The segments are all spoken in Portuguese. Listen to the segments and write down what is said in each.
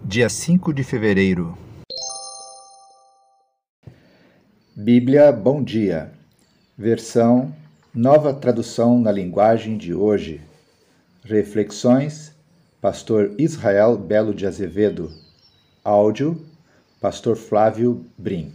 dia 5 de fevereiro. Bíblia Bom Dia, versão Nova Tradução na Linguagem de Hoje. Reflexões, Pastor Israel Belo de Azevedo. Áudio, Pastor Flávio Brim.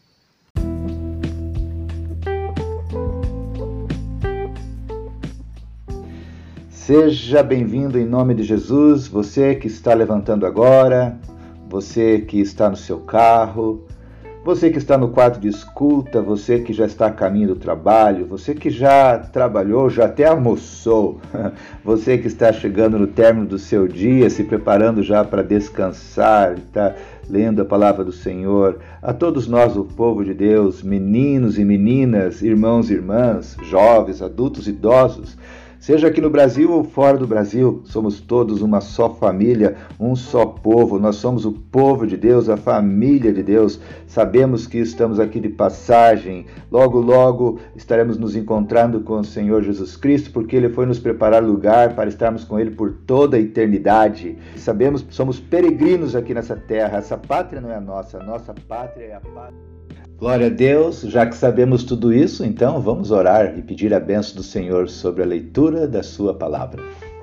Seja bem-vindo em nome de Jesus, você que está levantando agora, você que está no seu carro, você que está no quarto de escuta, você que já está a caminho do trabalho, você que já trabalhou, já até almoçou, você que está chegando no término do seu dia, se preparando já para descansar, está lendo a palavra do Senhor. A todos nós, o povo de Deus, meninos e meninas, irmãos e irmãs, jovens, adultos, idosos, seja aqui no Brasil ou fora do Brasil, somos todos uma só família, um só povo. Nós somos o povo de Deus, a família de Deus. Sabemos que estamos aqui de passagem. Logo, logo estaremos nos encontrando com o Senhor Jesus Cristo, porque Ele foi nos preparar lugar para estarmos com Ele por toda a eternidade. Sabemos que somos peregrinos aqui nessa terra. Essa pátria não é a nossa pátria é a pátria. Glória a Deus, já que sabemos tudo isso, então vamos orar e pedir a bênção do Senhor sobre a leitura da sua palavra.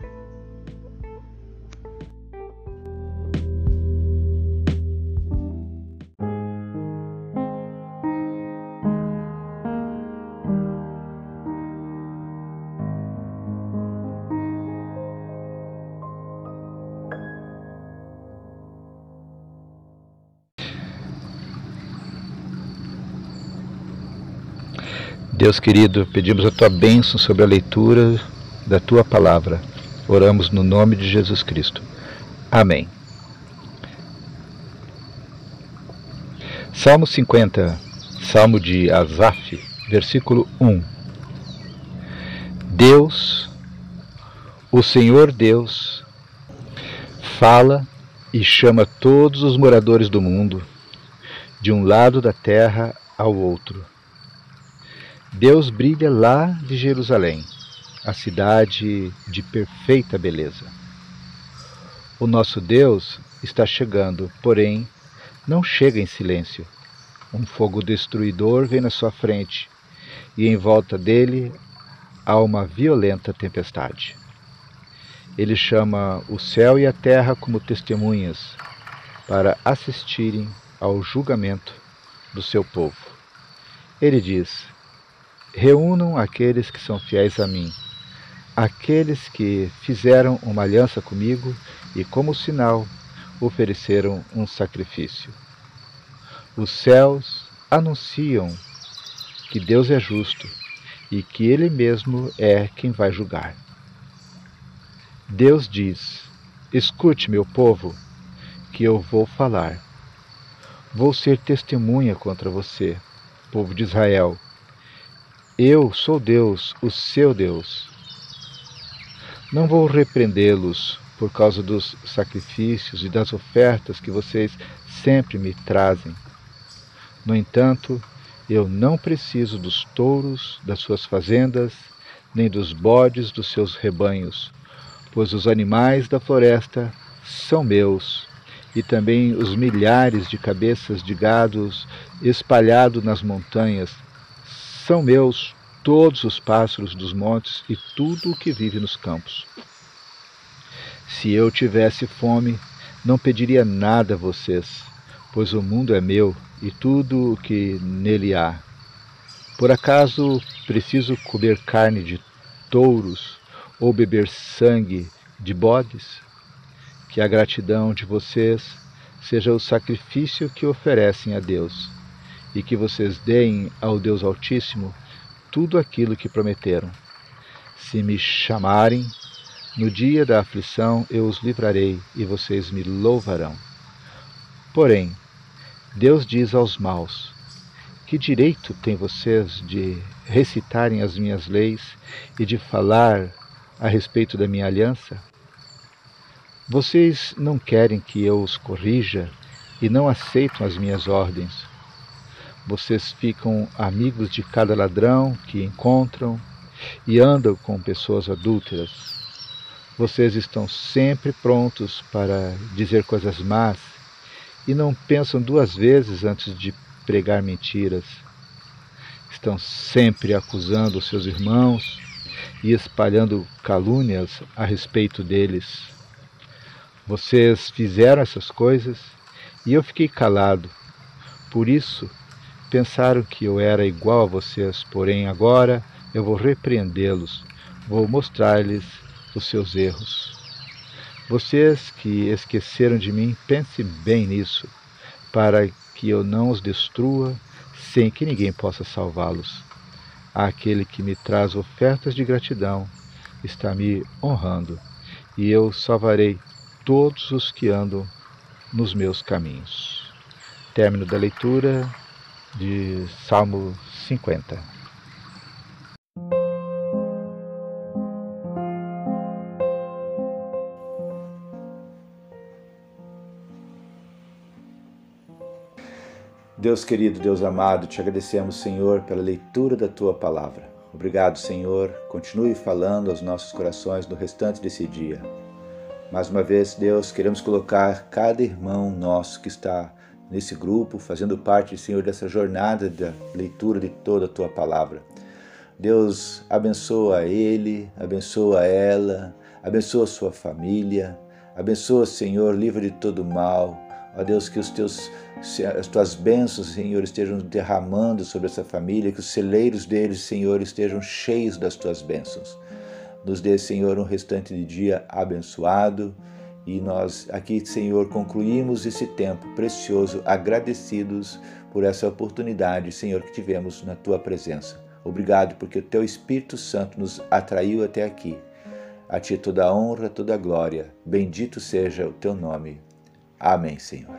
Deus querido, pedimos a Tua bênção sobre a leitura da Tua palavra. Oramos no nome de Jesus Cristo. Amém. Salmo 50, Salmo de Asaf, versículo 1. Deus, o Senhor Deus, fala e chama todos os moradores do mundo, de um lado da terra ao outro. Deus brilha lá de Jerusalém, a cidade de perfeita beleza. O nosso Deus está chegando, porém, não chega em silêncio. Um fogo destruidor vem na sua frente, e em volta dele há uma violenta tempestade. Ele chama o céu e a terra como testemunhas, para assistirem ao julgamento do seu povo. Ele diz: reúnam aqueles que são fiéis a mim, aqueles que fizeram uma aliança comigo e, como sinal, ofereceram um sacrifício. Os céus anunciam que Deus é justo e que Ele mesmo é quem vai julgar. Deus diz: escute, meu povo, que eu vou falar. Vou ser testemunha contra você, povo de Israel. Eu sou Deus, o seu Deus. Não vou repreendê-los por causa dos sacrifícios e das ofertas que vocês sempre me trazem. No entanto, eu não preciso dos touros das suas fazendas, nem dos bodes dos seus rebanhos, pois os animais da floresta são meus, e também os milhares de cabeças de gados espalhados nas montanhas. São meus todos os pássaros dos montes e tudo o que vive nos campos. Se eu tivesse fome, não pediria nada a vocês, pois o mundo é meu e tudo o que nele há. Por acaso preciso comer carne de touros ou beber sangue de bodes? Que a gratidão de vocês seja o sacrifício que oferecem a Deus, e que vocês deem ao Deus Altíssimo tudo aquilo que prometeram. Se me chamarem, no dia da aflição eu os livrarei e vocês me louvarão. Porém, Deus diz aos maus: que direito têm vocês de recitarem as minhas leis e de falar a respeito da minha aliança? Vocês não querem que eu os corrija e não aceitam as minhas ordens. Vocês ficam amigos de cada ladrão que encontram e andam com pessoas adúlteras. Vocês estão sempre prontos para dizer coisas más e não pensam duas vezes antes de pregar mentiras. Estão sempre acusando os seus irmãos e espalhando calúnias a respeito deles. Vocês fizeram essas coisas e eu fiquei calado. Por isso, pensaram que eu era igual a vocês, porém agora eu vou repreendê-los, vou mostrar-lhes os seus erros. Vocês que esqueceram de mim, pensem bem nisso, para que eu não os destrua sem que ninguém possa salvá-los. Aquele que me traz ofertas de gratidão está me honrando, e eu salvarei todos os que andam nos meus caminhos. Término da leitura de Salmo 50. Deus querido, Deus amado, te agradecemos, Senhor, pela leitura da Tua Palavra. Obrigado, Senhor. Continue falando aos nossos corações no restante desse dia. Mais uma vez, Deus, queremos colocar cada irmão nosso que está nesse grupo, fazendo parte, Senhor, dessa jornada da leitura de toda a Tua Palavra. Deus, abençoa ele, abençoa ela, abençoa a sua família, abençoa, Senhor, livra de todo mal. Ó Deus, que as Tuas bênçãos, Senhor, estejam derramando sobre essa família, que os celeiros deles, Senhor, estejam cheios das Tuas bênçãos. Nos dê, Senhor, um restante de dia abençoado. E nós aqui, Senhor, concluímos esse tempo precioso, agradecidos por essa oportunidade, Senhor, que tivemos na Tua presença. Obrigado porque o Teu Espírito Santo nos atraiu até aqui. A Ti toda a honra, toda a glória. Bendito seja o Teu nome. Amém, Senhor.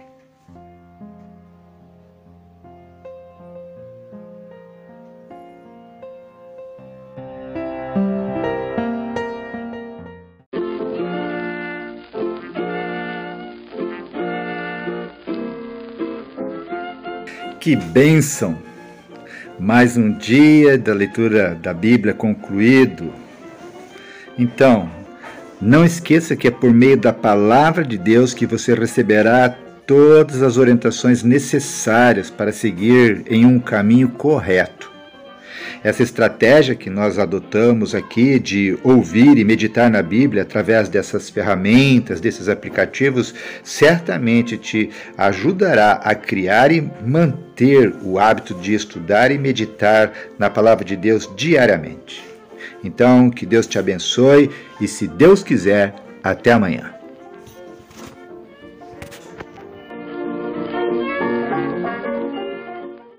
Que bênção! Mais um dia da leitura da Bíblia concluído. Então, não esqueça que é por meio da Palavra de Deus que você receberá todas as orientações necessárias para seguir em um caminho correto. Essa estratégia que nós adotamos aqui de ouvir e meditar na Bíblia através dessas ferramentas, desses aplicativos, certamente te ajudará a criar e manter o hábito de estudar e meditar na Palavra de Deus diariamente. Então, que Deus te abençoe e, se Deus quiser, até amanhã.